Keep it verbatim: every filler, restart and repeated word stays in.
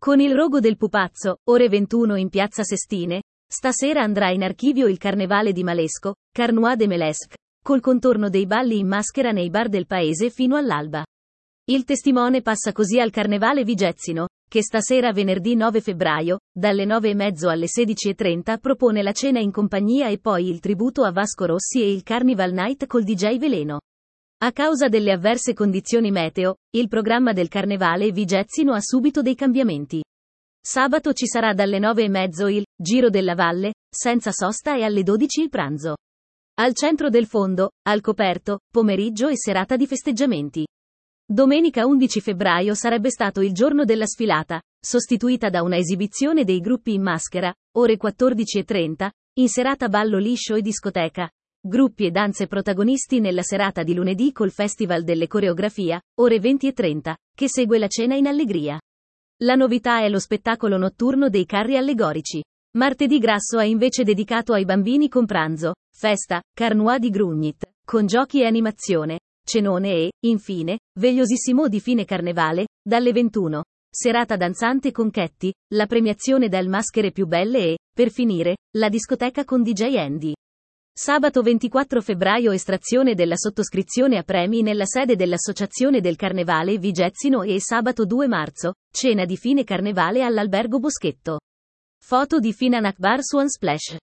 Con il rogo del pupazzo, ore ventuno in piazza Sestine, stasera andrà in archivio il carnevale di Malesco, Carnois de Melesque, col contorno dei balli in maschera nei bar del paese fino all'alba. Il testimone passa così al carnevale vigezzino, che stasera venerdì nove febbraio, dalle nove e mezzo alle sedici e trenta propone la cena in compagnia e poi il tributo a Vasco Rossi e il Carnival Night col D J Veleno. A causa delle avverse condizioni meteo, il programma del carnevale vigezzino ha subito dei cambiamenti. Sabato ci sarà dalle nove e mezzo il Giro della Valle, senza sosta, e alle dodici il pranzo. Al centro del fondo, al coperto, pomeriggio e serata di festeggiamenti. Domenica undici febbraio sarebbe stato il giorno della sfilata, sostituita da una esibizione dei gruppi in maschera, ore quattordici e trenta, in serata ballo liscio e discoteca. Gruppi e danze protagonisti nella serata di lunedì col Festival delle Coreografia, ore venti e trenta, che segue la cena in allegria. La novità è lo spettacolo notturno dei carri allegorici. Martedì Grasso è invece dedicato ai bambini con pranzo, festa, Carnois di Grugnit, con giochi e animazione, cenone e, infine, vegliosissimo di fine carnevale, dalle ventuno. Serata danzante con Chetti, la premiazione del maschere più belle e, per finire, la discoteca con D J Andy. Sabato ventiquattro febbraio estrazione della sottoscrizione a premi nella sede dell'Associazione del Carnevale Vigezzino e sabato due marzo, cena di fine carnevale all'Albergo Boschetto. Foto di Finan Akbar su Unsplash.